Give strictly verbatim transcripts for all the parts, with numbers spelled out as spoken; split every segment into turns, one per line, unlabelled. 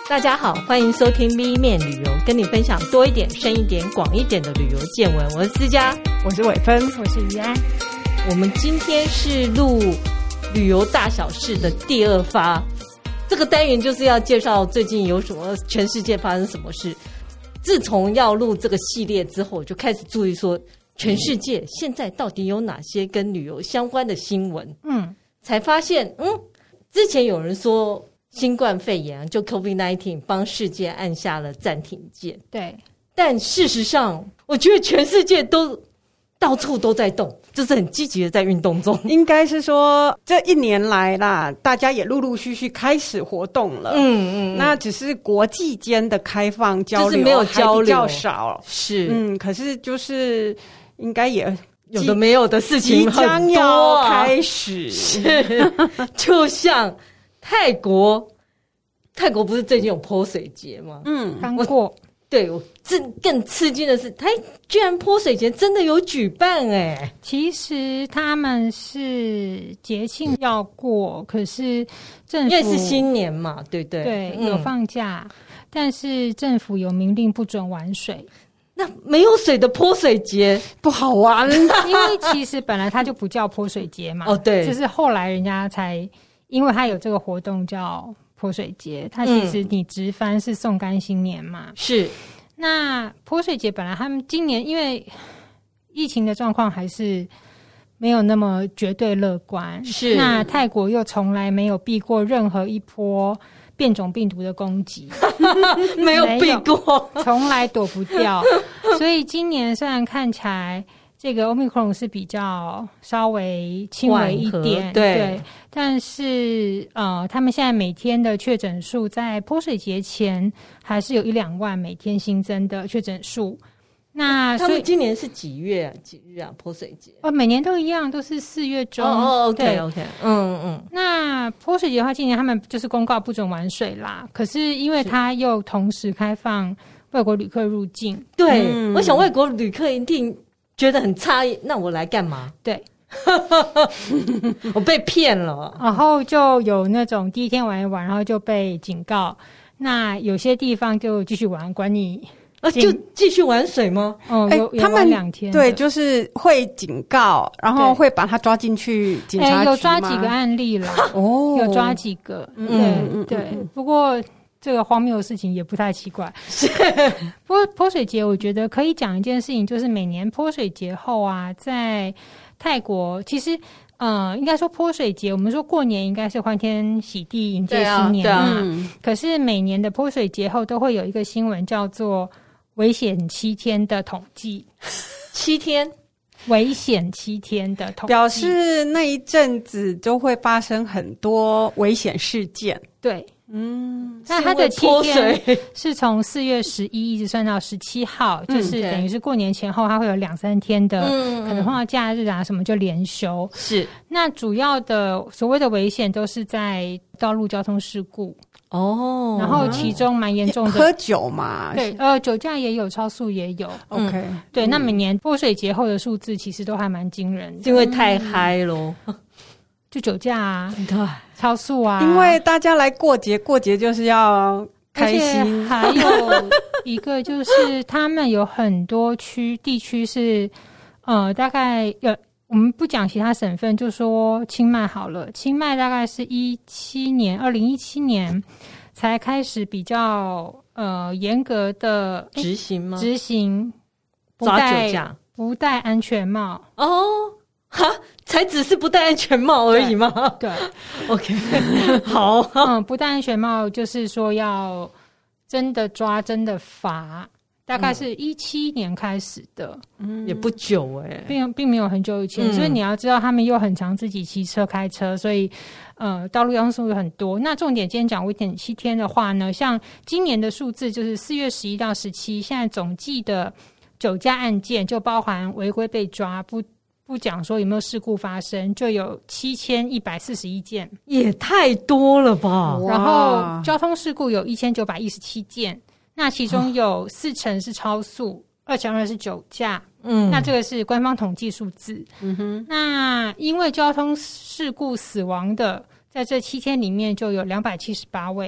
大家好，欢迎收听 咪 面旅游，跟你分享多一点、深一点、广一点的旅游见闻。我是思佳，
我是伟芬，
我是于安。
我们今天是录旅游大小事的第二发，这个单元就是要介绍最近有什么全世界发生什么事。自从要录这个系列之后，我就开始注意说全世界现在到底有哪些跟旅游相关的新闻。嗯，才发现，嗯，之前有人说新冠肺炎就 COVID 十九 帮世界按下了暂停键，
对，
但事实上我觉得全世界都到处都在动，就是很积极的在运动中。
应该是说这一年来啦，大家也陆陆续续开始活动了。嗯 嗯, 嗯，那只是国际间的开放交流
就是没有交流
还比较少，
是
嗯，可是就是应该也
有的没有的事情很多、啊、
即将要开始，
是就像泰国，泰国不是最近有泼水节吗？
嗯，刚过。
对，我更刺激的是，他居然泼水节真的有举办哎、欸！
其实他们是节庆要过，可是政府
因为是新年嘛，对不对？
对，有放假、嗯，但是政府有明令不准玩水。
那没有水的泼水节
不好玩，
因为其实本来它就不叫泼水节嘛。
哦，对，
就是后来人家才，因为它有这个活动叫泼水节，它其实你直翻是送干新年嘛。
是，
那泼水节本来他们今年因为疫情的状况还是没有那么绝对乐观，
是。
那泰国又从来没有避过任何一波变种病毒的攻击，
没有避过，
从来躲不掉。所以今年虽然看起来这个 Omicron 是比较稍微轻微一点， 对, 对，但是呃，他们现在每天的确诊数在泼水节前还是有一两万每天新增的确诊数。那
他们今年是几月、啊、几日啊？泼水节
哦，每年都一样，都是四月中。
哦、oh, ，OK OK， 嗯嗯。
那泼水节的话，今年他们就是公告不准玩水啦。可是因为他又同时开放外国旅客入境，
对、嗯，我想外国旅客一定觉得很诧异，那我来干嘛？
对，
我被骗了。
然后就有那种第一天玩一玩，然后就被警告。那有些地方就继续玩，管你。
啊，就继续玩水吗？
哦，有、欸、他们两天，
对，就是会警告，然后会把他抓进去警察局吗？
欸、有抓几个案例了，哦，有抓几个，嗯、对、嗯、对、嗯。不过这个荒谬的事情也不太奇怪。是，不过泼水节，我觉得可以讲一件事情，就是每年泼水节后啊，在泰国其实。呃，应该说泼水节，我们说过年应该是欢天喜地迎接新年嘛、啊啊。可是每年的泼水节后都会有一个新闻叫做危险七天的统计，
七天，
危险七天的统计，
表示那一阵子就会发生很多危险事件。
对，嗯，那它的七天是从四月十一一直算到十七号，嗯、就是等于是过年前后，它会有两三天的，嗯、可能碰到假日啊什么就连休。
是，
那主要的所谓的危险都是在道路交通事故。哦，然后其中蛮严重的
喝酒嘛，
对，呃，酒驾也有，超速也有。
OK，
嗯、对、嗯，那每年泼水节后的数字其实都还蛮惊人的，
因为太嗨咯。
就酒驾啊，对，超速啊，
因为大家来过节，过节就是要开心。
还有一个就是他们有很多区地区是，呃，大概有。我们不讲其他省份，就说清迈好了。清迈大概是一七年，二零一七年才开始比较呃严格的
执行吗？
执行不
抓
戴
酒驾，
不戴安全帽。
哦，哈，才只是不戴安全帽而已吗？
对, 对
，OK， 好，
嗯，不戴安全帽就是说要真的抓，真的罚。大概是一七年开始的，
嗯，也不久哎、欸，
并并没有很久以前、嗯，所以你要知道，他们又很常自己骑车开车，所以呃，道路交通事故很多。那重点今天讲危险七天的话呢，像今年的数字就是四月十一到十七，现在总计的酒驾案件就包含违规被抓，不不讲说有没有事故发生，就有七千一百四十一件，
也太多了吧？
然后交通事故有一千九百一十七件。那其中有四成是超速，二成二是酒驾。嗯，那这个是官方统计数字。嗯哼，那因为交通事故死亡的，在这七天里面就有两百七十八位。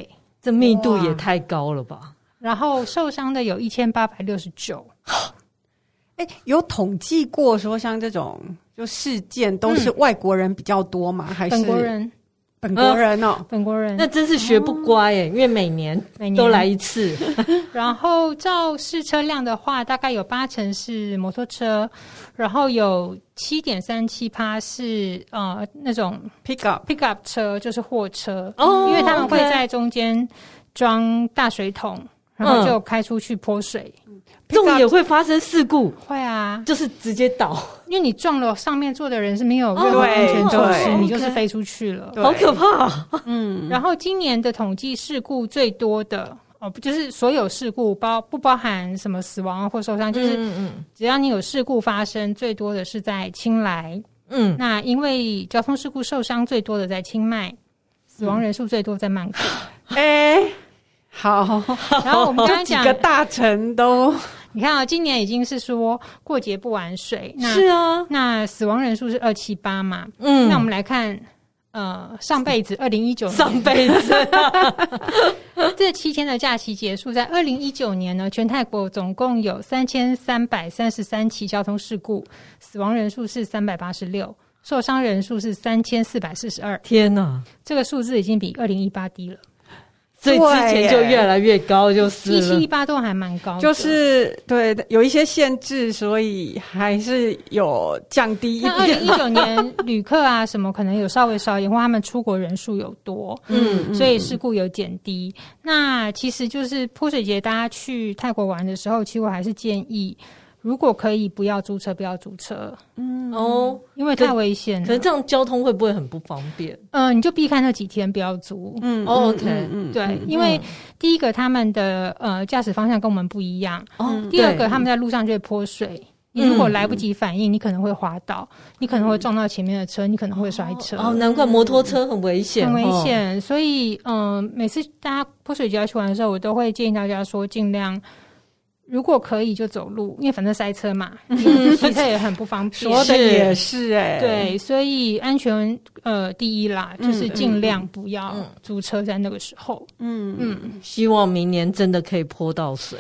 这密度也太高了吧？
然后受伤的有一千八百六十九。
哎，有统计过说像这种就事件都是外国人比较多吗？嗯、还是
本国人？
本国人哦，
本国人，
那真是学不乖耶、哦！因为每年每年都来一次。
然后肇事车辆的话，大概有八成是摩托车，然后有七点三七趴是呃那种
pick up
pick up 车，就是货车
哦，
因为他们会在中间装大水桶，然后就开出去泼水。嗯
这种也会发生事故，
会啊，
就是直接倒，
因为你撞了上面坐的人是没有任何安全措施，
哦、
你就是飞出去了，
好可怕。
嗯，然后今年的统计事故最多的哦，就是所有事故包不包含什么死亡或受伤，就是只要你有事故发生，最多的是在清莱，嗯，那因为交通事故受伤最多的在清迈，死亡人数最多在曼谷，
哎、欸。好，
然后我们刚刚讲
几个大城都，
你看啊、哦，今年已经是说过节不玩水，那
是啊，
那死亡人数是二七八嘛，嗯，那我们来看，呃，上辈子二零一九年，
上辈子
这七天的假期结束，在二零一九年呢，全泰国总共有三千三百三十三起交通事故，死亡人数是三百八十六，受伤人数是三千四百四十二，
天哪，
这个数字已经比二零一八低了。
所以之前就越来越高，就是了。
一七一八都还蛮高的，
就是对有一些限制，所以还是有降低一点。
那二零一九年旅客啊什么可能有稍微少一点，或他们出国人数有多，嗯，所以事故有减低。嗯、那其实就是泼水节，大家去泰国玩的时候，其实我还是建议。如果可以，不要租车，不要租车。嗯
哦，
因为太危险了。
可是这样交通会不会很不方便？
嗯、呃，你就避开那几天，不要租。
嗯、哦、，OK，
嗯嗯对，嗯、因为第一个他们的呃驾驶方向跟我们不一样。哦，第二个他们在路上就会泼水。你如果来不及反应，你可能会滑倒，你可能会撞到前面的车，你可能会摔车。
哦，难怪摩托车很危险，
很危险。所以，嗯、呃，每次大家泼水节要去玩的时候，我都会建议大家说，尽量。如果可以就走路，因为反正塞车嘛，骑车也很不方便。
说的也是哎、欸，
对，所以安全呃第一啦，就是尽量不要租车在那个时候。嗯
嗯，希望明年真的可以泼到水。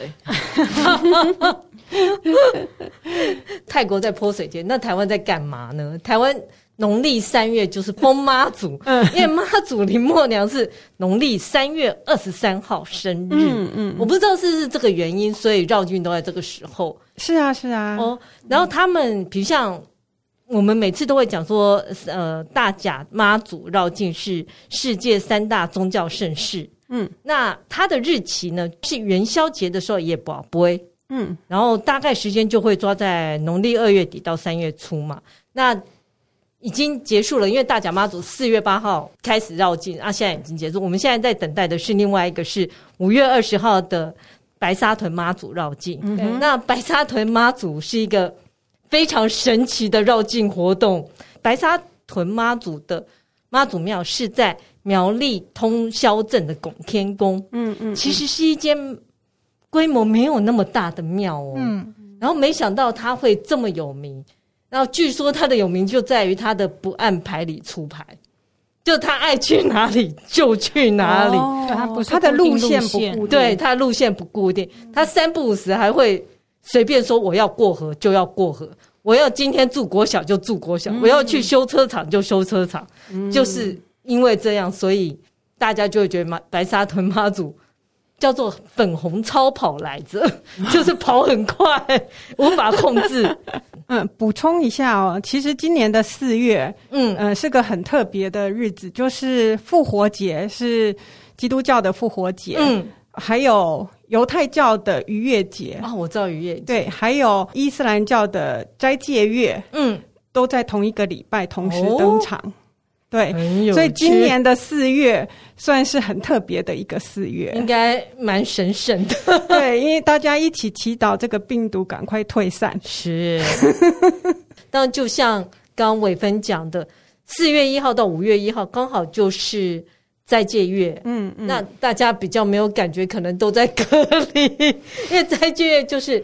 泰国在泼水节，那台湾在干嘛呢？台湾农历三月就是封妈祖，嗯，因为妈祖林默娘是农历三月二十三号生日，嗯嗯，我不知道是不是这个原因，所以绕境都在这个时候。
是啊，是啊，
哦，然后他们比如像我们每次都会讲说，呃，大甲妈祖绕境是世界三大宗教盛事，嗯，那它的日期呢是元宵节的时候也不好不会，嗯，然后大概时间就会抓在农历二月底到三月初嘛，那。已经结束了，因为大甲妈祖四月八号开始绕境啊，现在已经结束。我们现在在等待的是另外一个是五月二十号的白沙屯妈祖绕境。嗯、那白沙屯妈祖是一个非常神奇的绕境活动。白沙屯妈祖的妈祖庙是在苗栗通霄镇的拱天宫，嗯嗯，其实是一间规模没有那么大的庙哦。嗯，然后没想到它会这么有名。然后据说他的有名就在于他的不按牌理出牌，就他爱去哪里就去哪里，
哦、他不是
他的路线不固定，
对，他的路线不固定，他三不五时还会随便说我要过河就要过河，我要今天住国小就住国小，嗯、我要去修车厂就修车厂，嗯、就是因为这样，所以大家就会觉得白沙屯妈祖叫做粉红超跑来着，就是跑很快，无法控制。
嗯，补充一下哦，其实今年的四月，嗯呃，是个很特别的日子，就是复活节，是基督教的复活节，嗯，还有犹太教的逾越节
啊、哦，我知道逾越节，
对，还有伊斯兰教的斋戒月，嗯，都在同一个礼拜同时登场。哦对，所以今年的四月算是很特别的一个四月，
应该蛮神圣的。
对，因为大家一起祈祷这个病毒赶快退散。
是，但就像刚刚伟芬讲的，四月一号到五月一号刚好就是斋戒月，嗯嗯，那大家比较没有感觉，可能都在隔离，因为斋戒月就是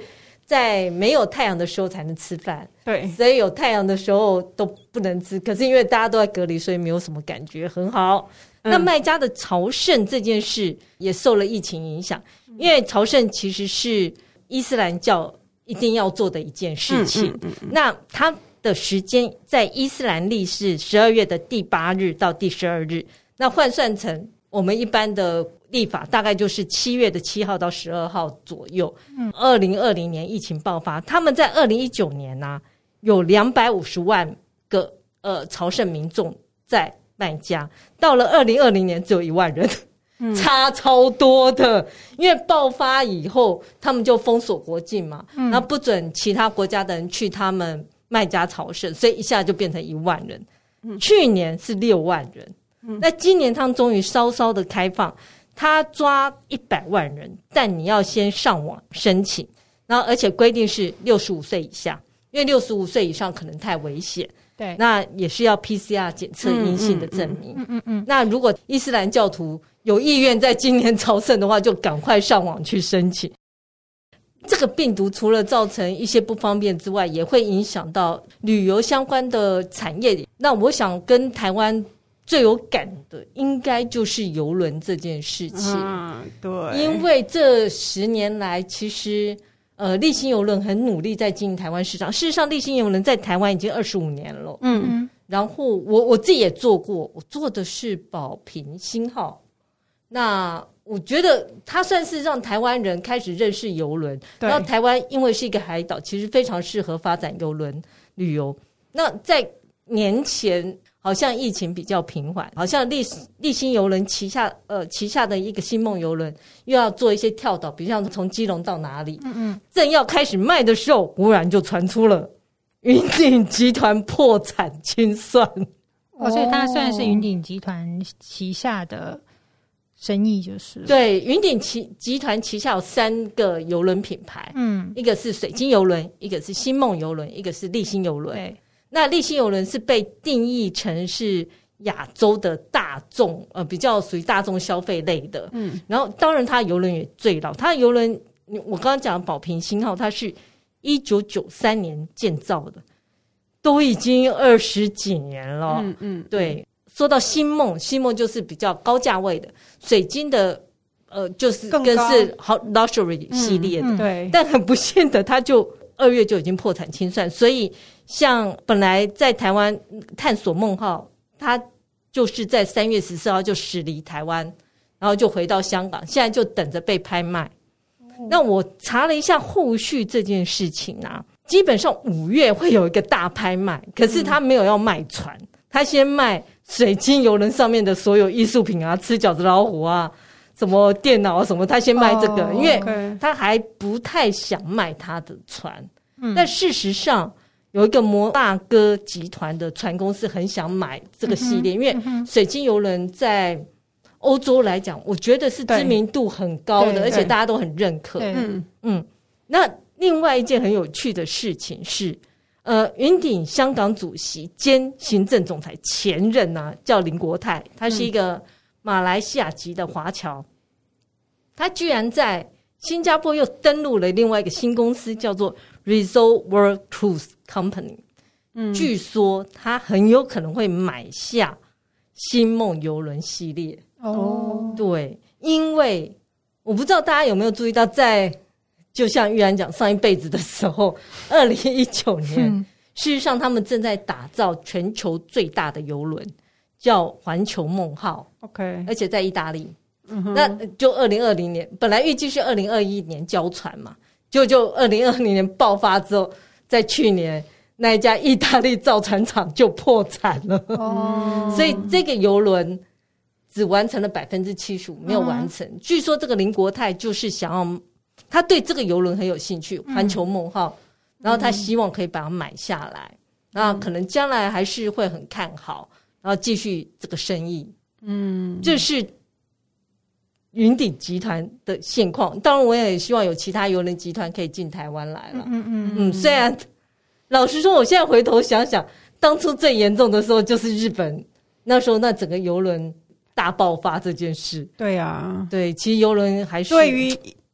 在没有太阳的时候才能吃饭，
对，
所以有太阳的时候都不能吃。可是因为大家都在隔离，所以没有什么感觉，很好。嗯、那麦加的朝圣这件事也受了疫情影响，因为朝圣其实是伊斯兰教一定要做的一件事情。嗯嗯嗯嗯、那它的时间在伊斯兰历是十二月的第八日到第十二日，那换算成我们一般的历法大概就是七月的七号到十二号左右。嗯，二零二零年疫情爆发，他们在二零一九年呢、啊、有两百五十万个呃朝圣民众在麦加，到了二零二零年只有一万人，嗯、差超多的。因为爆发以后，他们就封锁国境嘛，嗯、然后不准其他国家的人去他们麦加朝圣，所以一下就变成一万人。嗯、去年是六万人。那今年他们终于稍稍的开放，他抓一百万人，但你要先上网申请，然后而且规定是六十五岁以下，因为六十五岁以上可能太危险。
对，
那也是要 P C R 检测阴性的证明。嗯嗯嗯。那如果伊斯兰教徒有意愿在今年朝圣的话，就赶快上网去申请。这个病毒除了造成一些不方便之外，也会影响到旅游相关的产业。那我想跟台湾最有感的应该就是邮轮这件事情。
嗯，对，
因为这十年来其实呃，立新邮轮很努力在经营台湾市场。事实上立新邮轮在台湾已经二十五年了。嗯，然后我我自己也做过，我做的是宝瓶星号。那我觉得它算是让台湾人开始认识邮轮，然后台湾因为是一个海岛，其实非常适合发展邮轮旅游。那在年前好像疫情比较平缓，好像立立新邮轮旗下呃旗下的一个星梦邮轮又要做一些跳岛，比如像从基隆到哪里，嗯嗯，正要开始卖的时候，忽然就传出了云顶集团破产清算。
哦，所以它算是云顶集团旗下的生意，就是
对。云顶集团旗下有三个邮轮品牌，嗯，一个是水晶邮轮，一个是星梦邮轮，一个是立新邮轮。对。那立新邮轮是被定义成是亚洲的大众，呃，比较属于大众消费类的。嗯，然后当然它的邮轮也最老，它的邮轮我刚刚讲的宝瓶星号，它是一九九三年建造的，都已经二十几年了。嗯嗯，对。说到星梦，星梦就是比较高价位的，水晶的呃就是更是好 luxury 系列的。嗯嗯、对，但很不幸的，它就二月就已经破产清算，所以。像本来在台湾探索梦号，它就是在三月十四号就驶离台湾，然后就回到香港，现在就等着被拍卖。嗯、那我查了一下后续这件事情啊，基本上五月会有一个大拍卖，可是他没有要卖船，他、嗯、先卖水晶邮轮上面的所有艺术品啊，吃饺子老虎啊，什么电脑啊什么，他先卖这个，哦、因为他还不太想卖他的船。嗯、但事实上。有一个摩纳哥集团的船公司很想买这个系列，嗯、因为水晶邮轮在欧洲来讲，我觉得是知名度很高的，而且大家都很认可。嗯嗯。那另外一件很有趣的事情是，呃，云顶香港主席兼行政总裁前任啊，叫林国泰，他是一个马来西亚籍的华侨，他居然在新加坡又登陆了另外一个新公司，叫做 Resort World Cruise Company。嗯，据说他很有可能会买下星梦邮轮系列。哦，对，因为我不知道大家有没有注意到，在就像玉安讲上一辈子的时候，二零一九年、嗯，事实上他们正在打造全球最大的邮轮，叫环球梦号。OK， 而且在意大利。嗯、那就二零二零年本来预计是二零二一年交船嘛，就就二零二零年爆发之后，在去年那一家意大利造船厂就破产了。哦，所以这个邮轮只完成了百分之七十五，没有完成。嗯、据说这个林国泰就是想要，他对这个邮轮很有兴趣，环球梦号，嗯、然后他希望可以把它买下来，然后可能将来还是会很看好，然后继续这个生意。嗯，这是云顶集团的现况。当然我也希望有其他邮轮集团可以进台湾来了。嗯嗯嗯，虽然老实说我现在回头想想，当初最严重的时候就是日本那时候那整个邮轮大爆发这件事。
对啊，
对，其实邮轮还是
对于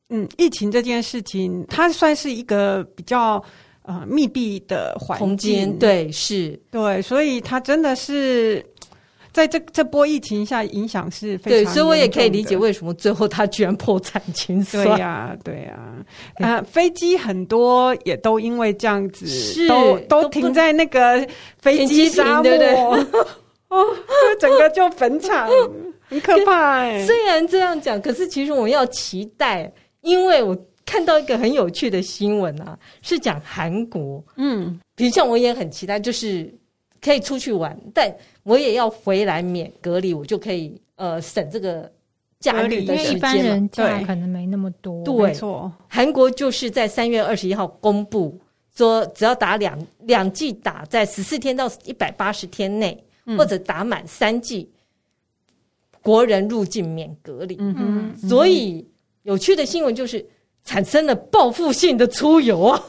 嗯，疫情这件事情，它算是一个比较呃密闭的环境，
空间，对，是，
对，所以它真的是在这这波疫情下影响是非常严重的。
对，所以我也可以理解为什么最后它居然破产清算。
对呀、啊，对呀、啊，呃，飞机很多也都因为这样子，都都停在那个飞机沙漠，对不对？哦，整个就坟场。很可怕哎、欸！
虽然这样讲，可是其实我们要期待，因为我看到一个很有趣的新闻啊，是讲韩国，嗯，比如像我也很期待，就是可以出去玩，但我也要回来免隔离，我就可以呃省这个假日的时间嘛。
因为一般人假可能没那么多，
对，
没错。
韩国就是在三月二十一号公布说，只要打两两剂打在十四天到一百八十天内，嗯、或者打满三剂。国人入境免隔离，嗯哼，所以有趣的新闻就是产生了报复性的出游啊！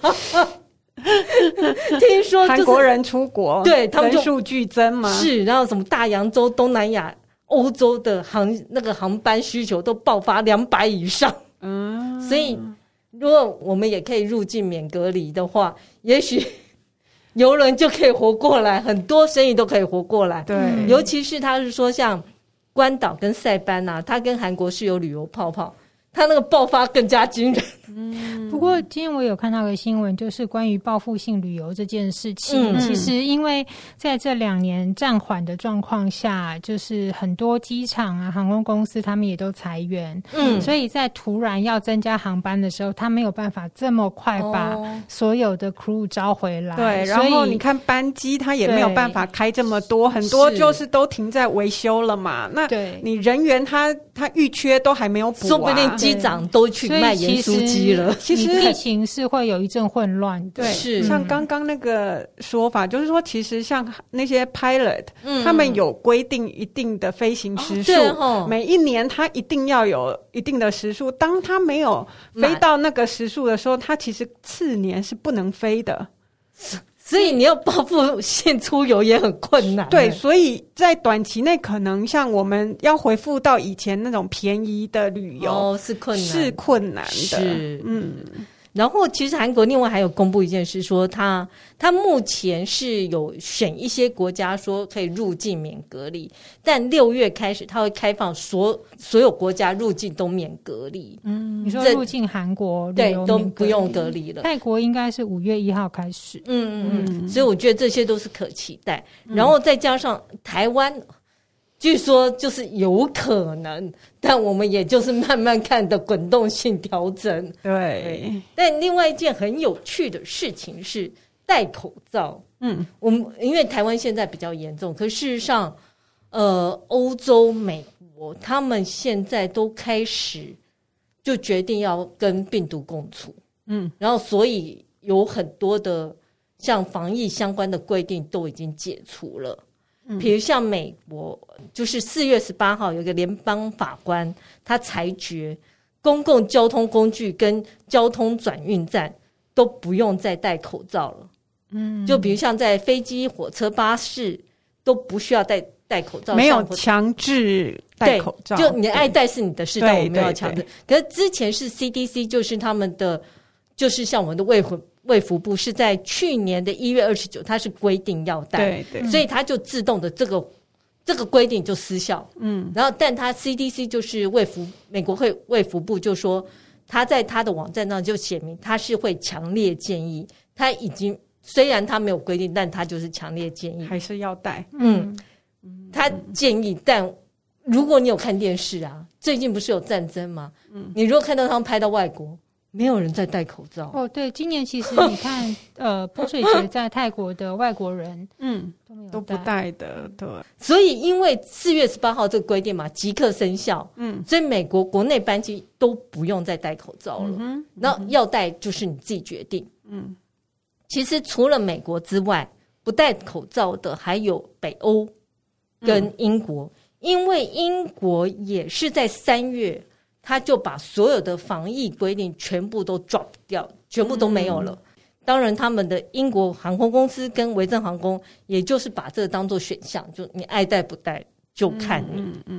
听说、就是、
韩国人出国，
对他们
人数剧增嘛，
是，然后什么大洋洲、东南亚、欧洲的航那个航班需求都爆发两百以上，嗯，所以如果我们也可以入境免隔离的话，也许邮轮就可以活过来，很多生意都可以活过来，
对，
尤其是他是说像。关岛跟塞班啊，它跟韩国是有旅游泡泡，它那个爆发更加惊人。
嗯，不过今天我有看到个新闻，就是关于报复性旅游这件事情。嗯、其实因为在这两年暂缓的状况下，就是很多机场啊、航空公司他们也都裁员，嗯，所以在突然要增加航班的时候，他没有办法这么快把所有的 crew 招回来。
对，然后你看班机，他也没有办法开这么多，很多就是都停在维修了嘛。那你人员他他预缺都还没有补、啊，
说不定机长都去卖盐酥鸡了。
其实疫情是会有一阵混乱的，
对，
是
像刚刚那个说法，就是说，其实像那些 pilot，、嗯、他们有规定一定的飞行时数、哦，每一年他一定要有一定的时数。当他没有飞到那个时数的时候，他其实次年是不能飞的。
所以你要报复性出游也很困难。
对，所以在短期内可能像我们要恢复到以前那种便宜的旅游，
哦，是困难，
是困难的。
是，嗯。然后其实韩国另外还有公布一件事，说他他目前是有选一些国家说可以入境免隔离，但六月开始他会开放所所有国家入境都免隔离。
嗯，你说入境韩国
对都不用隔离了，
泰国应该是五月一号开始。
嗯嗯嗯，所以我觉得这些都是可期待。然后再加上台湾。据说就是有可能，但我们也就是慢慢看的滚动性调整。
对，
对，但另外一件很有趣的事情是戴口罩。嗯，我们因为台湾现在比较严重，可事实上，呃，欧洲、美国他们现在都开始就决定要跟病毒共处。嗯，然后所以有很多的像防疫相关的规定都已经解除了。比如像美国，就是四月十八号有一个联邦法官，他裁决公共交通工具跟交通转运站都不用再戴口罩了。嗯，就比如像在飞机、火车、巴士都不需要戴戴口罩，
没有强制戴口罩，
就你爱戴是你的事，但我没有强制。可是之前是 C D C， 就是他们的，就是像我们的卫福。卫福部是在去年的一月二十九，它是规定要戴，对对，所以它就自动的这个这个规定就失效。嗯，然后但它 C D C 就是卫福美国会卫福部就说，他在他的网站上就写明，他是会强烈建议，他已经虽然他没有规定，但他就是强烈建议
还是要戴。
嗯，他建议，但如果你有看电视啊，最近不是有战争吗？嗯，你如果看到他们拍到外国。没有人在戴口罩
哦。对，今年其实你看，呃，泼水节在泰国的外国人，嗯，都没有
都不戴的，对。
所以因为四月十八号这个规定嘛，即刻生效，嗯，所以美国国内班机都不用再戴口罩了。嗯，然后要戴就是你自己决定。嗯，其实除了美国之外，不戴口罩的还有北欧跟英国，嗯、因为英国也是在三月。他就把所有的防疫规定全部都 drop 掉，全部都没有了。嗯、当然，他们的英国航空公司跟维珍航空，也就是把这个当作选项，就你爱戴不戴就看你。嗯嗯嗯。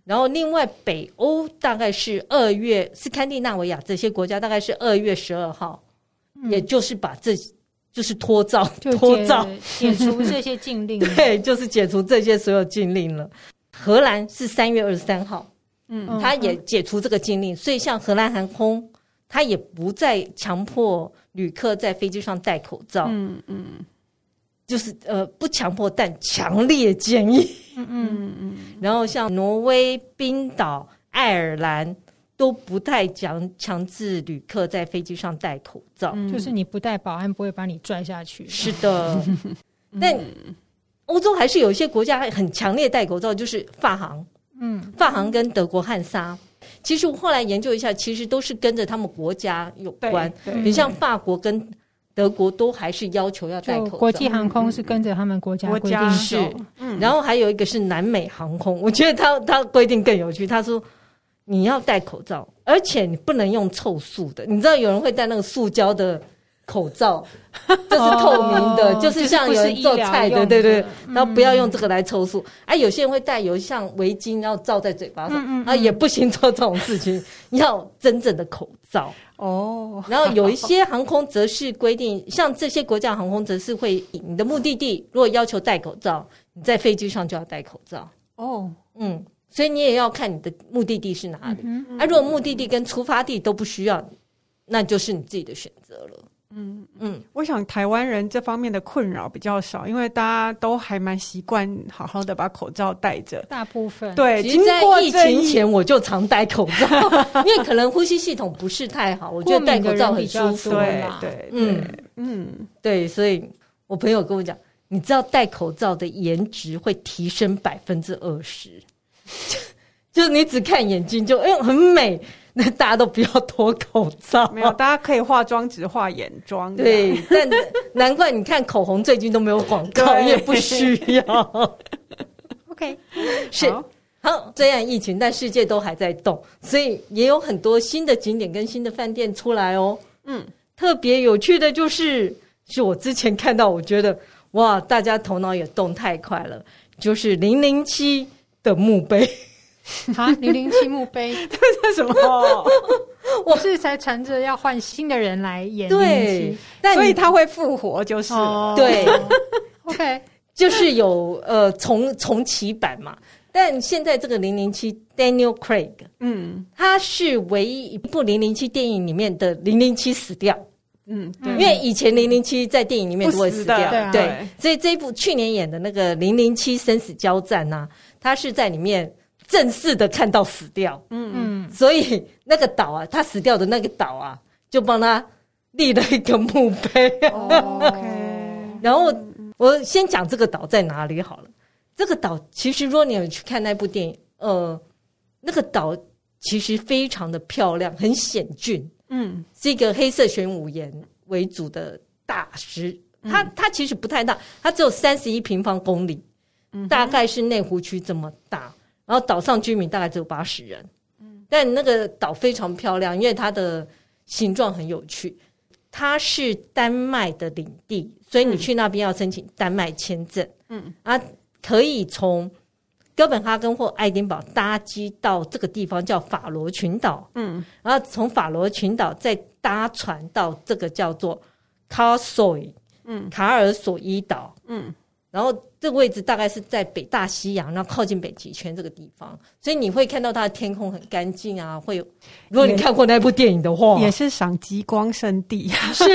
然后另外北欧大概是二月，斯堪的纳维亚这些国家大概是二月十二号、嗯、也就是把这就是脱罩脱罩
解除这些禁令
对，就是解除这些所有禁令了。荷兰是三月二十三号，嗯，他也解除这个禁令，所以像荷兰航空他也不再强迫旅客在飞机上戴口罩，嗯嗯，就是呃不强迫但强烈建议，嗯嗯嗯。然后像挪威、冰岛、爱尔兰都不太强强制旅客在飞机上戴口罩、
嗯、就是你不戴保安不会把你拽下去。
是的但欧洲还是有一些国家很强烈戴口罩，就是法航，嗯，法航跟德国汉莎，其实我后来研究一下，其实都是跟着他们国家有关，你像法国跟德国都还是要求要戴口罩，
国际航空是跟着他们国家规定
是、嗯、然后还有一个是南美航空，我觉得他他规定更有趣，他说你要戴口罩，而且你不能用臭塑的，你知道有人会戴那个塑胶的口罩，这是透明的、哦、就是像有人做菜的，对对，然后不要用这个来抽塑、嗯、啊，有些人会戴有像围巾然后罩在嘴巴上、嗯嗯嗯、啊，也不行做这种事情要真正的口罩哦。然后有一些航空则是规定，像这些国家航空则是会你的目的地如果要求戴口罩，你在飞机上就要戴口罩哦。嗯，所以你也要看你的目的地是哪里、嗯嗯、啊，如果目的地跟出发地都不需要，那就是你自己的选择了。
嗯嗯，我想台湾人这方面的困扰比较少，因为大家都还蛮习惯好好的把口罩戴着，
大部分
对。
其实在疫情前我就常戴口罩因为可能呼吸系统不是太好，我觉得戴口罩很舒服，
对对嗯
嗯对，所以我朋友跟我讲，你知道戴口罩的颜值会提升百分之二十，就是你只看眼睛就哎、欸、很美，那大家都不要脱口罩，
没有，大家可以化妆只化眼妆，
对，但难怪你看口红最近都没有广告，也不需要
OK
是 好, 好，这样疫情但世界都还在动，所以也有很多新的景点跟新的饭店出来哦。嗯，特别有趣的就是是我之前看到我觉得哇大家头脑也动太快了，就是零零七的墓碑
啊，零零七墓碑
这是什么？
我是才缠着要换新的人来演零零七，
但所以他会复活就是了、哦、
对
OK
就是有呃重重启版嘛。但现在这个零零七 Daniel Craig 嗯，他是唯一一部零零七电影里面的零零七死掉，嗯，对，因为以前零零七在电影里面都会死掉，
对、啊、
对，所以这一部去年演的那个零零七生死交战啊，他是在里面正式的看到死掉，嗯嗯，所以那个岛啊，他死掉的那个岛啊，就帮他立了一个墓碑。哦、OK， 然后我先讲这个岛在哪里好了。这个岛其实，如果你有去看那部电影，呃，那个岛其实非常的漂亮，很险峻，嗯，是一个黑色玄武岩为主的大石，它它其实不太大，它只有三十一平方公里，嗯，大概是内湖区这么大。然后岛上居民大概只有八十人，嗯，但那个岛非常漂亮，因为它的形状很有趣。它是丹麦的领地，所以你去那边要申请丹麦签证，嗯啊，可以从哥本哈根或爱丁堡搭机到这个地方叫法罗群岛，嗯，然后从法罗群岛再搭船到这个叫做卡索伊，嗯，卡尔索伊岛，嗯。然后这个位置大概是在北大西洋，然后靠近北极圈这个地方，所以你会看到它的天空很干净啊。会有，如果你看过那部电影的话，
也是赏极光圣地，
是。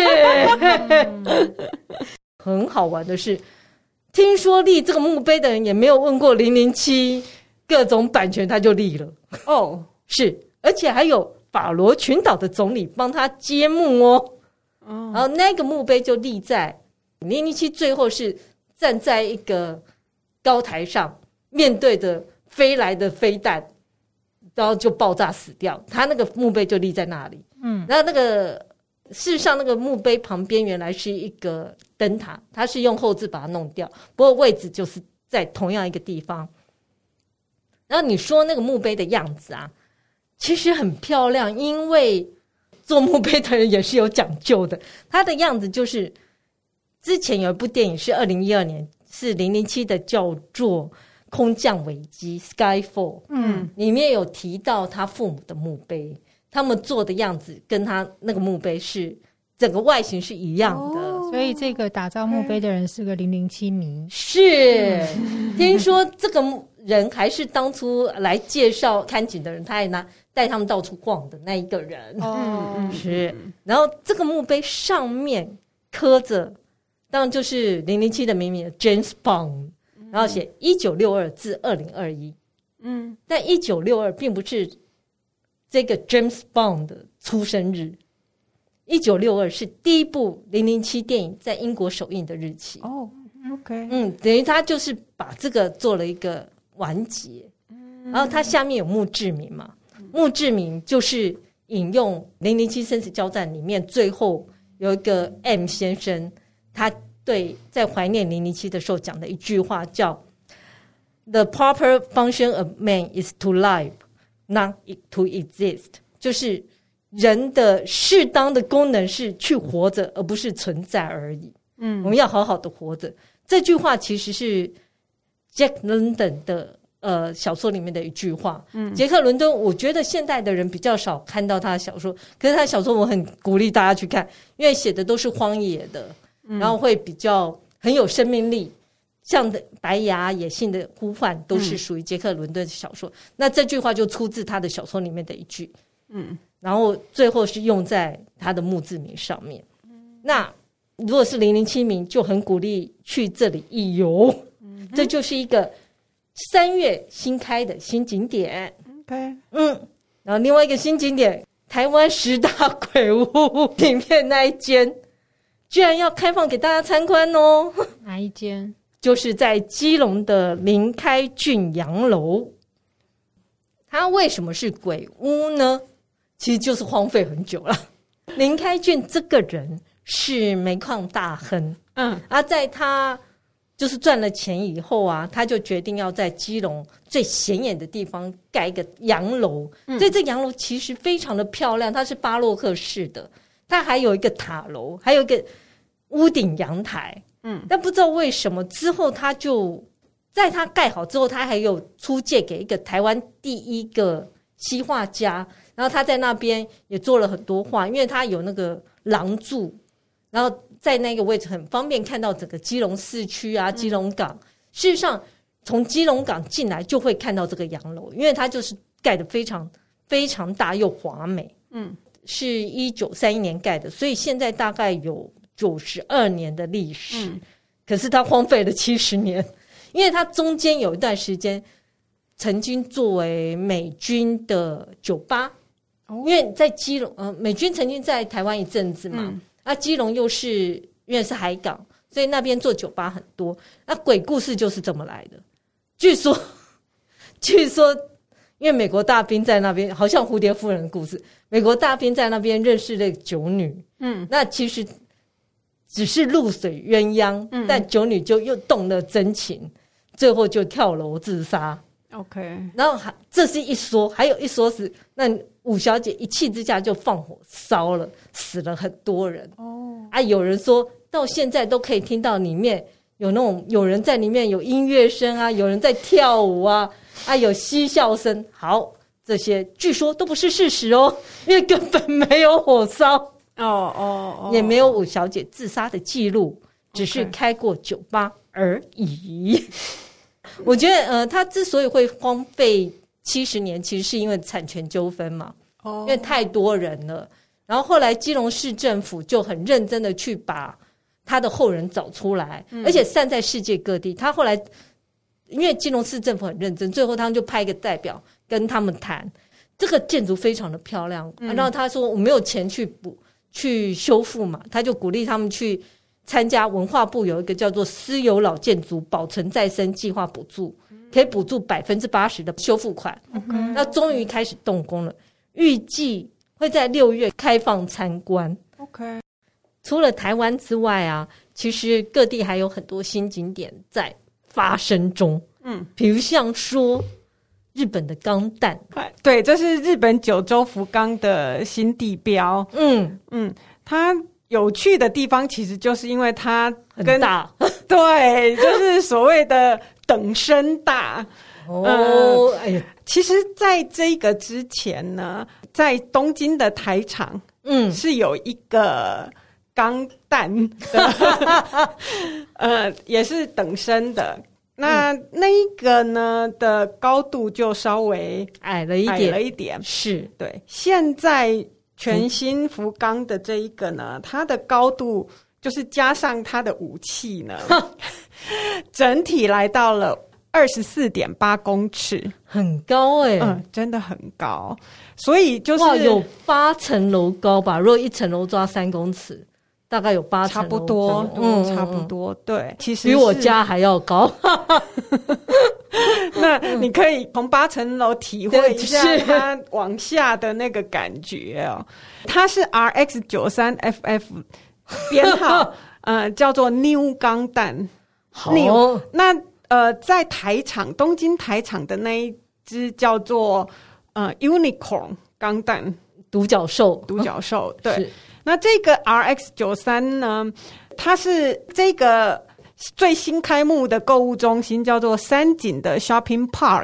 很好玩的是，听说立这个墓碑的人也没有问过零零七各种版权，他就立了。哦，是，而且还有法罗群岛的总理帮他揭墓哦。哦，然后那个墓碑就立在零零七，最后是站在一个高台上，面对着飞来的飞弹，然后就爆炸死掉。他那个墓碑就立在那里。嗯，然后那个事实上那个墓碑旁边原来是一个灯塔，他是用后置把它弄掉，不过位置就是在同样一个地方。然后你说那个墓碑的样子啊，其实很漂亮，因为做墓碑的人也是有讲究的。它的样子就是，之前有一部电影是二零一二年，是零零七的，叫做《 空降危机 Skyfall， 嗯，里面有提到他父母的墓碑，他们做的样子跟他那个墓碑是整个外形是一样的，哦，
所以这个打造墓碑的人是个零零七迷。
是，听说这个人还是当初来介绍看景的人，他还拿带他们到处逛的那一个人。哦，是。然后这个墓碑上面刻着，当然就是零零七的秘密 James Bond， 然后写一九六二至二零二一。嗯，但一九六二并不是这个 James Bond 的出生日。一九六二是第一部零零七电影在英国首映的日期。
哦 ，OK，
嗯，等于他就是把这个做了一个完结。嗯，然后他下面有墓志铭嘛，墓志铭就是引用零零七生死交战里面最后有一个 M 先生，他对在怀念零零七的时候讲的一句话叫 The proper function of man is to live, not to exist， 就是人的适当的功能是去活着，而不是存在而已。嗯，我们要好好的活着。这句话其实是 Jack London 的呃小说里面的一句话。嗯，杰克伦敦，我觉得现代的人比较少看到他的小说，可是他的小说我很鼓励大家去看，因为写的都是荒野的，嗯，然后会比较很有生命力。像白牙、野性的呼唤都是属于杰克伦敦的小说。嗯，那这句话就出自他的小说里面的一句。嗯。然后最后是用在他的墓志铭上面。那如果是零零七名，就很鼓励去这里一游。嗯，这就是一个三月新开的新景点。
OK，
嗯，然后另外一个新景点，台湾十大鬼屋里面那一间，居然要开放给大家参观哦。
哪一间？
就是在基隆的林开俊洋楼。它为什么是鬼屋呢？其实就是荒废很久了。林开俊这个人是煤矿大亨，嗯，啊，在他就是赚了钱以后啊，他就决定要在基隆最显眼的地方盖一个洋楼。嗯，所以这洋楼其实非常的漂亮，它是巴洛克式的，它还有一个塔楼，还有一个屋顶阳台。嗯，但不知道为什么之后他就在他盖好之后，他还有出借给一个台湾第一个西画家。然后他在那边也做了很多画，因为他有那个廊柱，然后在那个位置很方便看到整个基隆市区啊，基隆港。事实上，从基隆港进来就会看到这个洋楼，因为它就是盖得非常非常大又华美。嗯，是一九三一年盖的，所以现在大概有九十二年的历史。嗯，可是它荒废了七十年，因为它中间有一段时间曾经作为美军的酒吧。因为在基隆，呃，美军曾经在台湾一阵子嘛，嗯，啊，基隆又是因为是海港，所以那边做酒吧很多。那鬼故事就是这么来的。据说，据说，因为美国大兵在那边，好像蝴蝶夫人的故事，美国大兵在那边认识了酒女，嗯，那其实只是露水鸳鸯，嗯，但酒女就又动了真情，最后就跳楼自杀。
OK，
然后还这是一说，还有一说是那五小姐一气之下就放火烧了，死了很多人。哦，啊，有人说到现在都可以听到里面有那种有人在里面有音乐声啊，有人在跳舞啊，啊，有嬉笑声。好，这些据说都不是事实哦，因为根本没有火烧。哦哦哦，也没有五小姐自杀的记录，只是开过酒吧而已。我觉得呃，他之所以会荒废七十年，其实是因为产权纠纷嘛，哦，因为太多人了。然后后来基隆市政府就很认真的去把他的后人找出来，嗯，而且散在世界各地。他后来因为基隆市政府很认真，最后他们就派一个代表跟他们谈，这个建筑非常的漂亮，嗯，然后他说我没有钱去补去修复嘛，他就鼓励他们去参加文化部有一个叫做私有老建筑保存再生计划补助，可以补助百分之八十的修复款。Okay. 那终于开始动工了，预计会在六月开放参观。OK， 除了台湾之外啊，其实各地还有很多新景点在发生中。嗯，比如像说日本的钢弹，
对，这是日本九州福冈的新地标。嗯嗯，它有趣的地方其实就是因为它跟
很大，
对，就是所谓的等身大
哦、呃。哎呀，
其实在这个之前呢，在东京的台场，嗯，是有一个钢弹的，呃，也是等身的。那、嗯、那一个呢的高度就稍微
矮了一点，
矮了一点，
是
对。现在全新福冈的这一个呢，它的高度就是加上它的武器呢，整体来到了二十四点八公尺，
很高哎、欸，
嗯，真的很高。所以就是
哇，有八层楼高吧？如果一层楼抓三公尺。大概有八层，
差不多，嗯，差不多，对，其实
比我家还要高。
那你可以从八层楼体会一下它往下的那个感觉哦。它是 R X 九三 F F 编号，呃，叫做 New 钢弹。
好，
New, 那呃，在台场东京台场的那一只叫做呃 Unicorn 钢弹，
独角兽，
独角兽，对。那这个 R X 九三 呢，它是这个最新开幕的购物中心叫做三井的 Shopping Park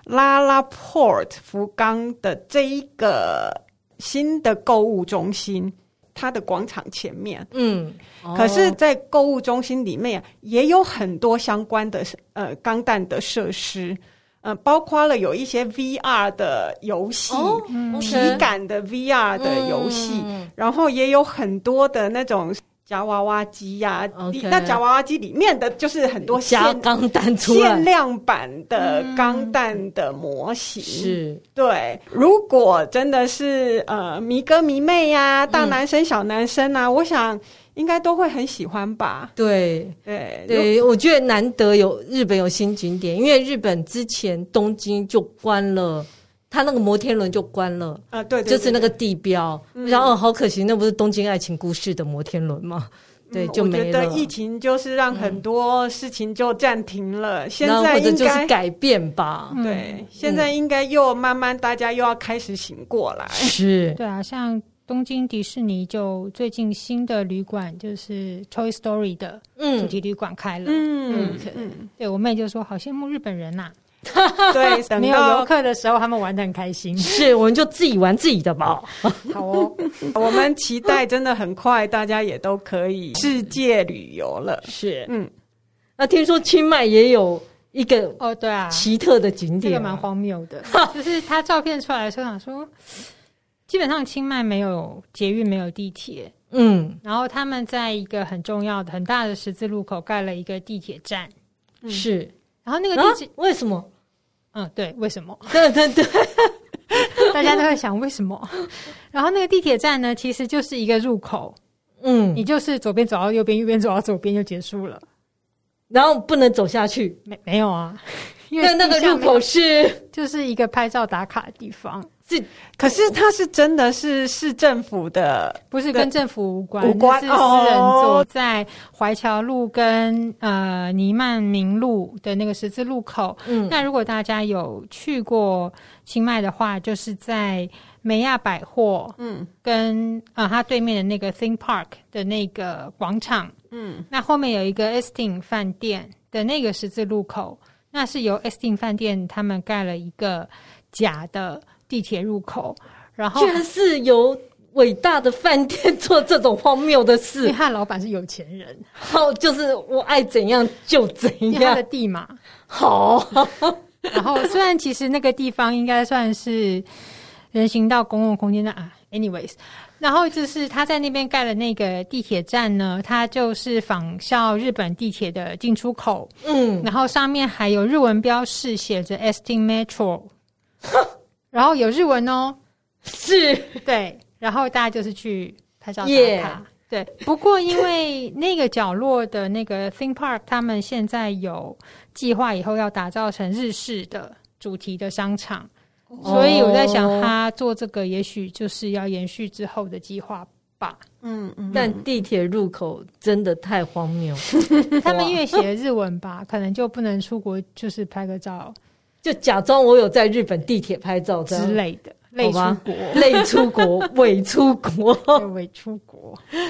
LaLaport 福冈的这一个新的购物中心，它的广场前面，嗯，哦、可是在购物中心里面也有很多相关的呃钢弹的设施。呃，包括了有一些 V R 的游戏，哦嗯、体感的 V R 的游戏，嗯、然后也有很多的那种夹娃娃机呀、啊。Okay. 那夹娃娃机里面的就是很多
加钢弹出来
限量版的钢弹的模型。是、
嗯，
对。如果真的是呃迷哥迷妹呀、啊，大男生小男生啊，嗯、我想。应该都会很喜欢吧？
对对对，我觉得难得有日本有新景点，因为日本之前东京就关了，它那个摩天轮就关了
啊、呃，对, 对, 对, 对，
就是那个地标。嗯、然后、哦、好可惜，那不是东京爱情故事的摩天轮吗？对，就没了。
我觉得疫情就是让很多事情就暂停了，嗯、现在应该
或者就是改变吧。
对，嗯、现在应该又慢慢大家又要开始醒过来。
是，
对啊，像。东京迪士尼就最近新的旅馆就是 Toy Story 的主题旅馆开了，嗯嗯嗯，对我妹就说好羡慕日本人呐、
啊，对，
没有游客的时候他们玩得很开心，
是，我们就自己玩自己的吧。
好哦，我们期待真的很快大家也都可以世界旅游了，
是，嗯，那听说清迈也有一个
哦，对啊，
奇特的景点、啊，
这个蛮荒谬的，就是他照片出来的时候想说。基本上清迈没有捷运，没有地铁，嗯，然后他们在一个很重要的、很大的十字路口盖了一个地铁站，
嗯、是，
然后那个地铁、
啊、为什么？
嗯，对，为什么？
对对对，
大家都会想为什么？然后那个地铁站呢，其实就是一个入口，嗯，你就是左边走到右边，右边走到左边就结束了，
然后不能走下去，
没没有啊？
因为那个入口是
就是一个拍照打卡的地方。
是，可是它是真的是市政府的，
不是跟政府无关，
无关
是私人做，哦、在怀桥路跟呃尼曼明路的那个十字路口。嗯，那如果大家有去过清迈的话，就是在美亚百货，嗯，跟呃它对面的那个 Theme Park 的那个广场，嗯，那后面有一个 Estin 饭店的那个十字路口，那是由 Estin 饭店他们盖了一个假的地铁入口，然后
居然是由伟大的饭店做这种荒谬的事，
因为他的老板是有钱人，
好，就是我爱怎样就怎样，
他的地嘛，
好。
然后虽然其实那个地方应该算是人行道公共空间的啊 ，anyways， 然后就是他在那边盖了那个地铁站呢，它就是仿效日本地铁的进出口，嗯，然后上面还有日文标示写着 Estin Metro。然后有日文哦，
是，
对，然后大家就是去拍照打卡， yeah. 对。不过因为那个角落的那个 theme park， 他们现在有计划以后要打造成日式的主题的商场，哦、所以我在想，他做这个也许就是要延续之后的计划吧。
嗯嗯。但地铁入口真的太荒谬，
他们因为写日文吧，可能就不能出国，就是拍个照。
就假装我有在日本地铁拍照
之类的，类出国，
类出国，伪出国，
伪出国。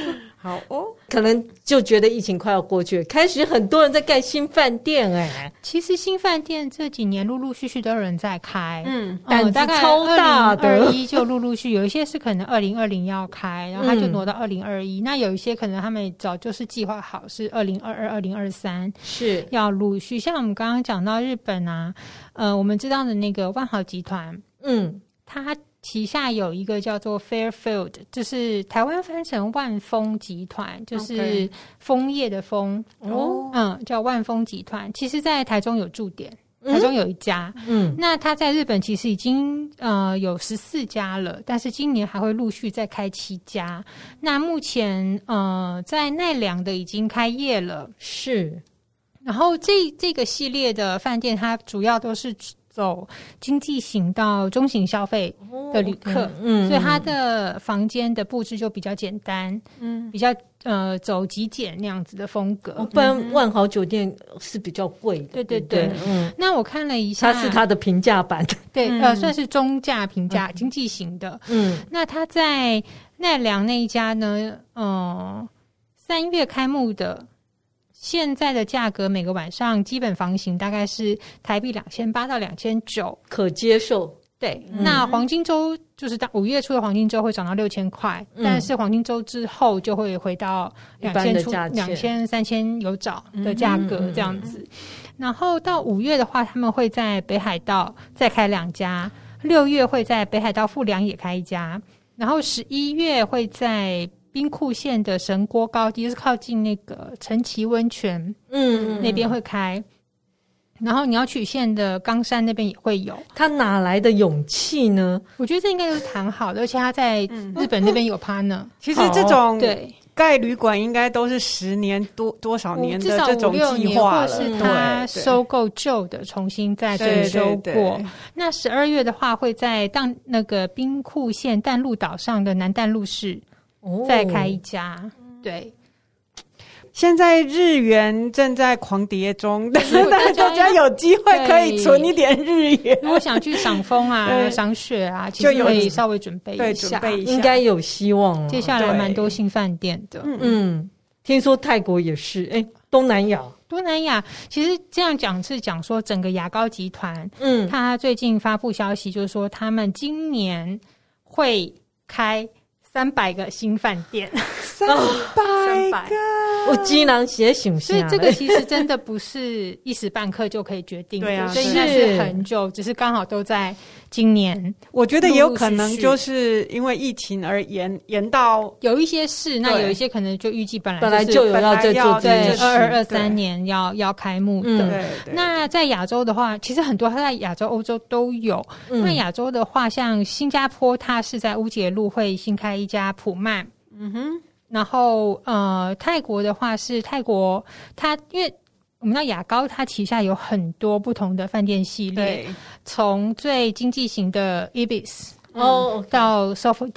好哦，
可能就觉得疫情快要过去了，开始很多人在盖新饭店哎、欸。
其实新饭店这几年陆陆续续都有人在开，
嗯，胆子超大的。
二零二一就陆陆续，有一些是可能二零二零要开，然后他就挪到二零二一。那有一些可能他们早就是计划好是二零二二、二零二三
是要
陆续。像我们刚刚讲到日本啊，呃，我们知道的那个万豪集团，嗯，它旗下有一个叫做 Fairfield， 就是台湾翻成万丰集团，就是枫叶的枫，哦，嗯，叫万丰集团。其实在台中有驻点，台中有一家，嗯，那它在日本其实已经呃有十四家了，但是今年还会陆续再开七家。那目前呃在奈良的已经开业了，
是。
然后这这个系列的饭店，它主要都是走经济型到中型消费的旅客，哦 okay, 嗯，所以它的房间的布置就比较简单，嗯，比较呃走极简那样子的风格。
哦、不然万豪酒店是比较贵的，
对对对，对嗯。那我看了一下，
它是它的平价版，
对，嗯、呃，算是中价平价、嗯、经济型的，嗯。那它在奈良那一家呢，呃，三月开幕的。现在的价格每个晚上基本房型大概是台币两千八到两千九，
可接受。
对，嗯、那黄金周就是到五月初的黄金周会涨到六千块，但是黄金周之后就会回到两千出两千三千有找的价格这样子。嗯、然后到五月的话，他们会在北海道再开两家，六月会在北海道富良野开一家，然后十一月会在兵库县的神锅高地，就是靠近那个陈崎温泉，嗯，那边会开。然后鸟取县的冈山那边也会有。
他哪来的勇气呢？
我觉得这应该都是谈好的，而且他在日本那边有 partner。
其实这种
对
盖旅馆应该都是十年多多少年的这种计划了，
或是他收购旧的重新再征收过。那十二月的话，会在当那个兵库县淡路岛上的南淡路市。哦、再开一家，对。
现在日元正在狂跌中，但是大家有机会可以存一点日元。
如果想去赏枫啊、赏雪啊，其实可以稍微准备一下，
准备一下
应该有希望了。
接下来蛮多新饭店的，
嗯嗯，听说泰国也是，哎，东南亚。
东南亚其实这样讲是讲说整个牙膏集团，嗯，他最近发布消息，就是说他们今年会开三百个新饭店，
三百个，
我竟然写想
所以这个其实真的不是一时半刻就可以决定的，对啊，所以应该是很久，只是刚好都在今年。
我觉得也有可能就是因为疫情而延延到
有一些事，那有一些可能就预计本来、
就是、本来就有要在做这件事，
二二二三年要要开幕的。
嗯、对对
那在亚洲的话，其实很多它在亚洲、欧洲都有。嗯、那亚洲的话，像新加坡，它是在乌节路会新开一家普曼，嗯哼。然后呃，泰国的话是泰国，它因为我们知道雅高它旗下有很多不同的饭店系列，从最经济型的 Ibis 哦、嗯、到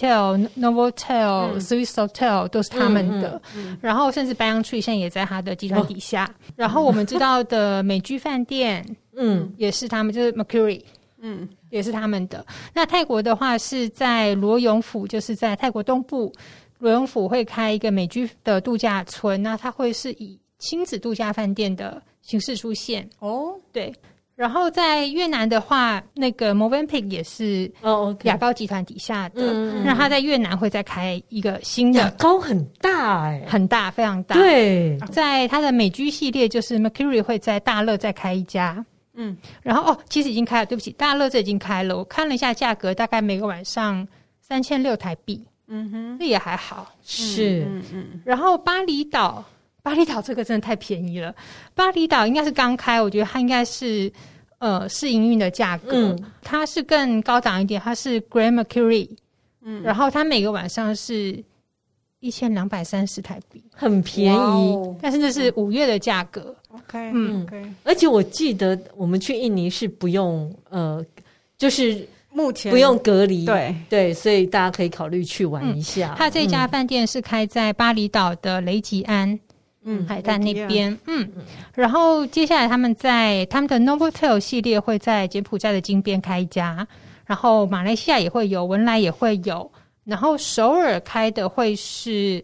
Sofitel、Novotel、Swiss Hotel 都是他们的，嗯嗯嗯、然后甚至 Banyan Tree 现在也在它的集团底下。哦、然后我们知道的美居饭店，嗯，也是他们，就是 Mercury， 嗯，也是他们的。那泰国的话是在罗永府，就是在泰国东部。罗永府会开一个美居的度假村，那它会是以亲子度假饭店的形式出现哦。对，然后在越南的话，那个 Movenpick 也是雅高集团底下的，哦 okay、那它在越南会再开一个新的。
雅高很大哎、欸，
很大，非常大。
对，
在它的美居系列，就是 Mercury 会在大乐再开一家。嗯，然后哦，其实已经开了，对不起，大乐这已经开了，我看了一下价格，大概每个晚上三千六台币。嗯哼，这也还好，
是，
嗯嗯。然后巴厘岛，巴厘岛这个真的太便宜了。巴厘岛应该是刚开，我觉得它应该是呃试营运的价格，嗯、它是更高档一点，它是 Grand Mercury， 嗯，然后它每个晚上是一千两百三十台币，
很便宜。
Wow 但是这是五月的价格
，OK， 嗯 ，OK。
而且我记得我们去印尼是不用呃，就是。
目前
不用隔离，
对
对，所以大家可以考虑去玩一下。
他、嗯、这家饭店是开在巴厘岛的雷吉安，嗯，海滩那边，嗯，嗯然后接下来他们在他们的 Novotel 系列会在柬埔寨的金边开一家，然后马来西亚也会有，文莱也会有，然后首尔开的会是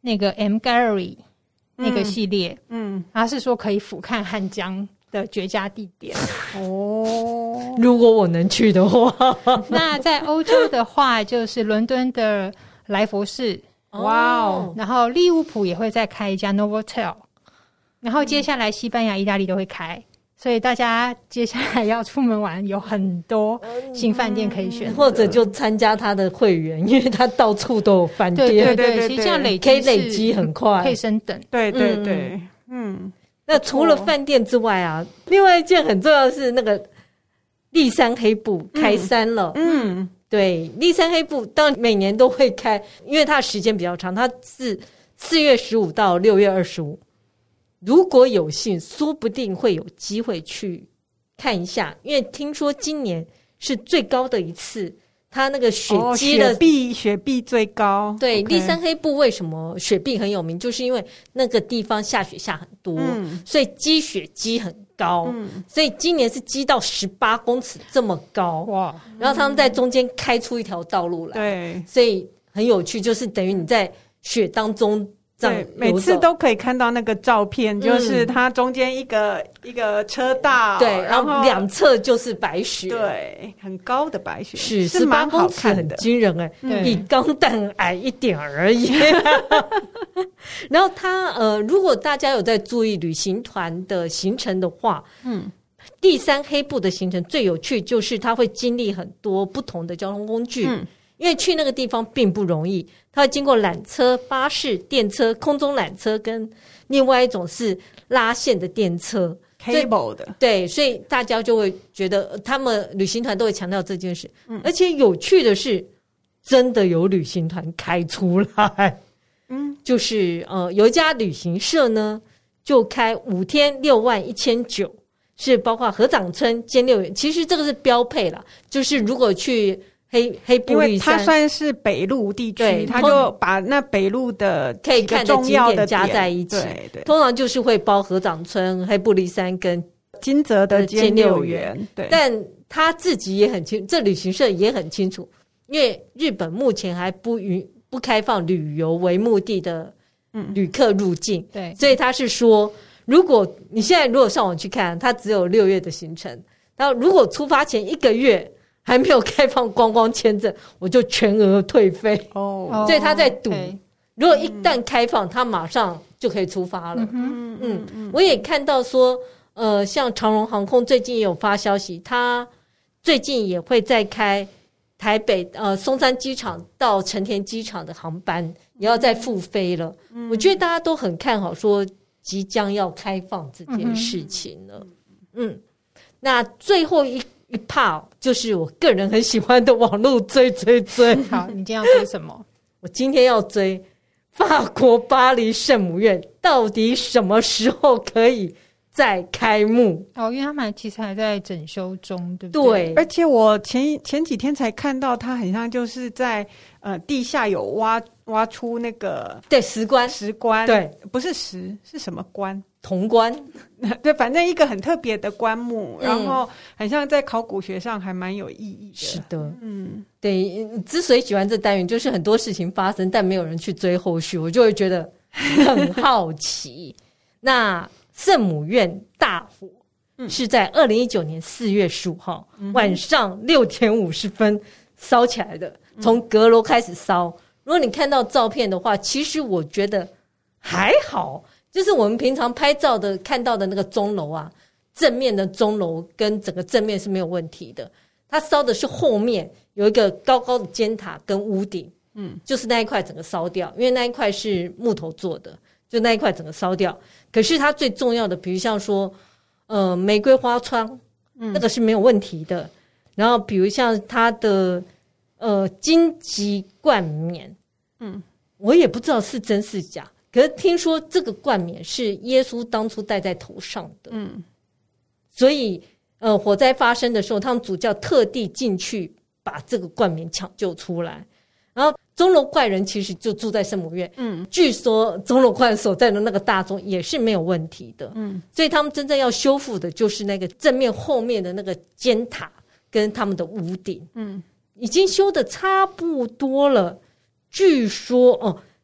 那个 M Gallery 那个系列，嗯，他是说可以俯瞰汉江的绝佳地点
哦。如果我能去的话，
那在欧洲的话，就是伦敦的莱佛士，
哇哦，
然后利物浦也会再开一家 Novotel， 然后接下来西班牙、意大利都会开。所以大家接下来要出门玩，有很多新饭店可以选择，
或者就参加他的会员，因为他到处都有饭店。
对对 对, 对，其实这样累积
可以累积很快，
可以升等。
对对对，嗯。
那除了饭店之外啊，另外一件很重要的是那个立山黑部开山了。嗯，嗯对，立山黑部当然每年都会开，因为它的时间比较长，它是四月十五到六月二十五。如果有幸，说不定会有机会去看一下，因为听说今年是最高的一次，它那个雪积的、
哦、雪碧雪碧最高。
对，
okay
立山黑部为什么雪碧很有名，就是因为那个地方下雪下很多，嗯、所以积雪积很高，嗯、所以今年是积到十八公尺这么高哇！然后他们在中间开出一条道路来，
对，
所以很有趣，就是等于你在雪当中。
对，每次都可以看到那个照片，嗯、就是它中间一个一个车道，
对，然后两侧就是白雪，
对，很高的白雪，
是十八公尺，很惊人哎、欸，比钢弹矮一点而已。然后它呃，如果大家有在注意旅行团的行程的话，嗯，第三黑部的行程最有趣就是它会经历很多不同的交通工具。嗯，因为去那个地方并不容易，它会经过缆车、巴士、电车、空中缆车，跟另外一种是拉线的电车
cable 的。
对，所以大家就会觉得他们旅行团都会强调这件事。嗯，而且有趣的是，真的有旅行团开出来。嗯，就是呃，有一家旅行社呢，就开五天六万一千九，是包括合掌村、兼六园。其实这个是标配啦，就是如果去。黑黑布利山，
因为它算是北路地区，他就把那北路的
可以看的景点加在一起。
对对，
通常就是会包合掌村、黑布利山跟
金泽的兼六园。对，
但他自己也很清，这旅行社也很清楚，因为日本目前还不允不开放旅游为目的的旅客入境。对、嗯，所以他是说，如果你现在如果上网去看，它只有六月的行程，然后如果出发前一个月。还没有开放观光签证，我就全额退费哦。所以他在赌，如果一旦开放，他马上就可以出发了。嗯嗯嗯，我也看到说，呃，像长荣航空最近也有发消息，他最近也会再开台北呃松山机场到成田机场的航班，也要再复飞了。嗯、我觉得大家都很看好，说即将要开放这件事情了。嗯，嗯那最后一。一 part 就是我个人很喜欢的网络追追追。
好，你今天要追什么？
我今天要追法国巴黎圣母院，到底什么时候可以再开幕？
哦，因为他们其实还在整修中，对不对？
对，而且我前前几天才看到，它很像就是在呃地下有挖挖出那个
对石棺，
石棺
对，
不是石是什么棺？
铜棺，
对，反正一个很特别的棺木，嗯、然后很像在考古学上还蛮有意义的。
是的，嗯，对。之所以喜欢这单元，就是很多事情发生，但没有人去追后续，我就会觉得很好奇。那圣母院大火是在二零一九年四月十五号、嗯、晚上六点五十分烧起来的，从阁楼开始烧。如果你看到照片的话，其实我觉得还好。就是我们平常拍照的看到的那个钟楼啊，正面的钟楼跟整个正面是没有问题的。它烧的是后面有一个高高的尖塔跟屋顶，嗯，就是那一块整个烧掉，因为那一块是木头做的，就那一块整个烧掉。可是它最重要的，比如像说，呃，玫瑰花窗，嗯，那个是没有问题的。然后比如像它的呃荆棘冠冕，嗯，我也不知道是真是假。可是听说这个冠冕是耶稣当初戴在头上的，嗯，所以呃，火灾发生的时候，他们主教特地进去把这个冠冕抢救出来。然后钟楼怪人其实就住在圣母院，嗯，据说钟楼怪人所在的那个大钟也是没有问题的，嗯，所以他们真正要修复的就是那个正面后面的那个尖塔跟他们的屋顶，嗯，已经修的差不多了。据说哦。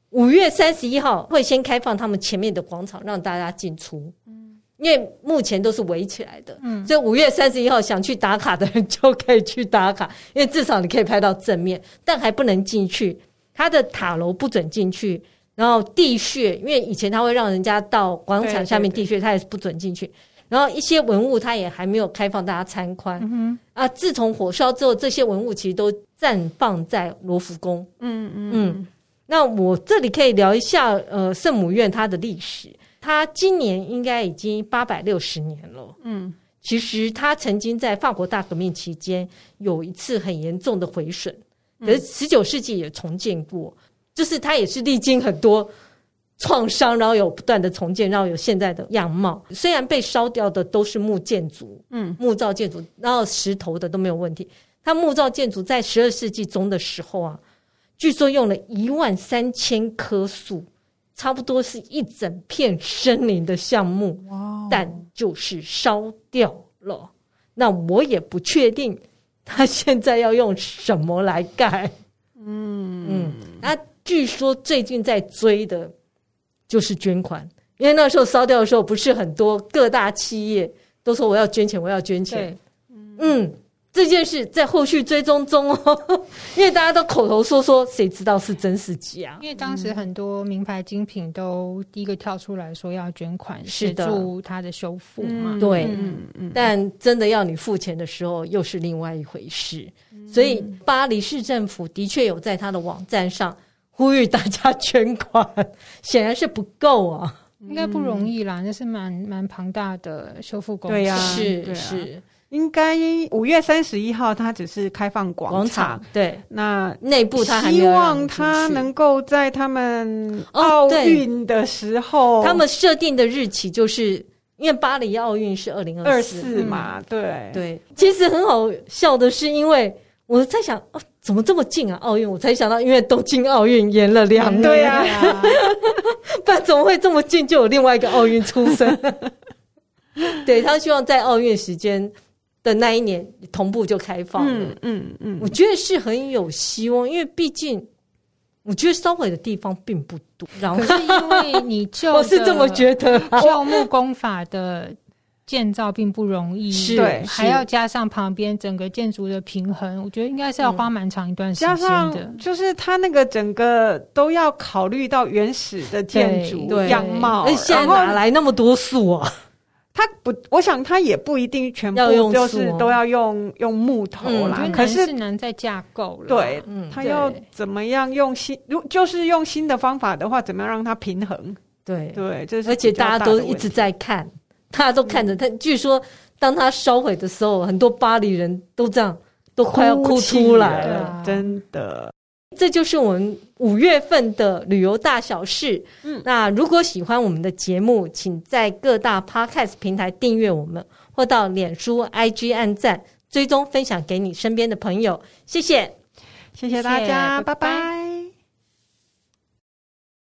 五月三十一号会先开放他们前面的广场让大家进出，嗯，因为目前都是围起来的，嗯，所以五月三十一号想去打卡的人就可以去打卡，因为至少你可以拍到正面，但还不能进去，它的塔楼不准进去，然后地穴，因为以前他会让人家到广场下面地穴，他也是不准进去，然后一些文物它也还没有开放大家参观，嗯哼，啊，自从火烧之后，这些文物其实都暂放在罗浮宫，嗯嗯嗯。那我这里可以聊一下，呃，圣母院它的历史。它今年应该已经八百六十年了。嗯，其实它曾经在法国大革命期间有一次很严重的毁损，可是十九世纪也重建过，就是它也是历经很多创伤，然后有不断的重建，然后有现在的样貌。虽然被烧掉的都是木建筑，嗯，木造建筑，然后石头的都没有问题。它木造建筑在十二世纪中的时候啊。据说用了一万三千棵树，差不多是一整片森林的橡木，但就是烧掉了。那我也不确定他现在要用什么来盖。嗯嗯，那据说最近在追的就是捐款，因为那时候烧掉的时候，不是很多各大企业都说我要捐钱，我要捐钱。嗯。这件事在后续追踪中哦，因为大家都口头说说，谁知道是真是假？
因为当时很多名牌精品都第一个跳出来说要捐款协助它的修复嘛，
嗯、对、嗯嗯，但真的要你付钱的时候又是另外一回事。嗯、所以巴黎市政府的确有在他的网站上呼吁大家捐款，显然是不够啊，
应该不容易啦，那是蛮蛮庞大的修复工程，
对呀、啊，
是
对啊
是。
应该五月三十一号，它只是开放广场，
广场对，
那
内部它还没有
希望它能够在他们奥运的时候，
哦、他们设定的日期就是因为巴黎奥运是二零二四
嘛，嗯、对
对。其实很好笑的是，因为我在想，哦，怎么这么近啊？奥运，我才想到，因为东京奥运延了两年，
对啊，
不然怎么会这么近就有另外一个奥运出生？对，他希望在奥运时间的那一年同步就开放了，嗯嗯嗯，我觉得是很有希望，因为毕竟我觉得烧毁的地方并不多，然后
可是因为你旧
我是这么觉得、啊，
旧木工法的建造并不容易，
是
对，还要加上旁边整个建筑的平衡，我觉得应该是要花蛮长一段时间的。加
上就是它那个整个都要考虑到原始的建筑样貌，
而现在哪来那么多树啊？
它不，我想它也不一定全部就是都要用用木头啦。
嗯、
可是
是难再架构了。
对，嗯，它要怎么样用新，如就是用新的方法的话，怎么样让它平衡？
对
对，这是
而且大家都一直在看，大家都看着它。嗯、据说当它烧毁的时候，很多巴黎人都这样，都快要哭出来了，
啊、真的。
这就是我们五月份的旅游大小事。嗯，那如果喜欢我们的节目，请在各大 Podcast 平台订阅我们，或到脸书 I G 按赞追踪分享给你身边的朋友。谢谢，
谢谢大家，拜拜。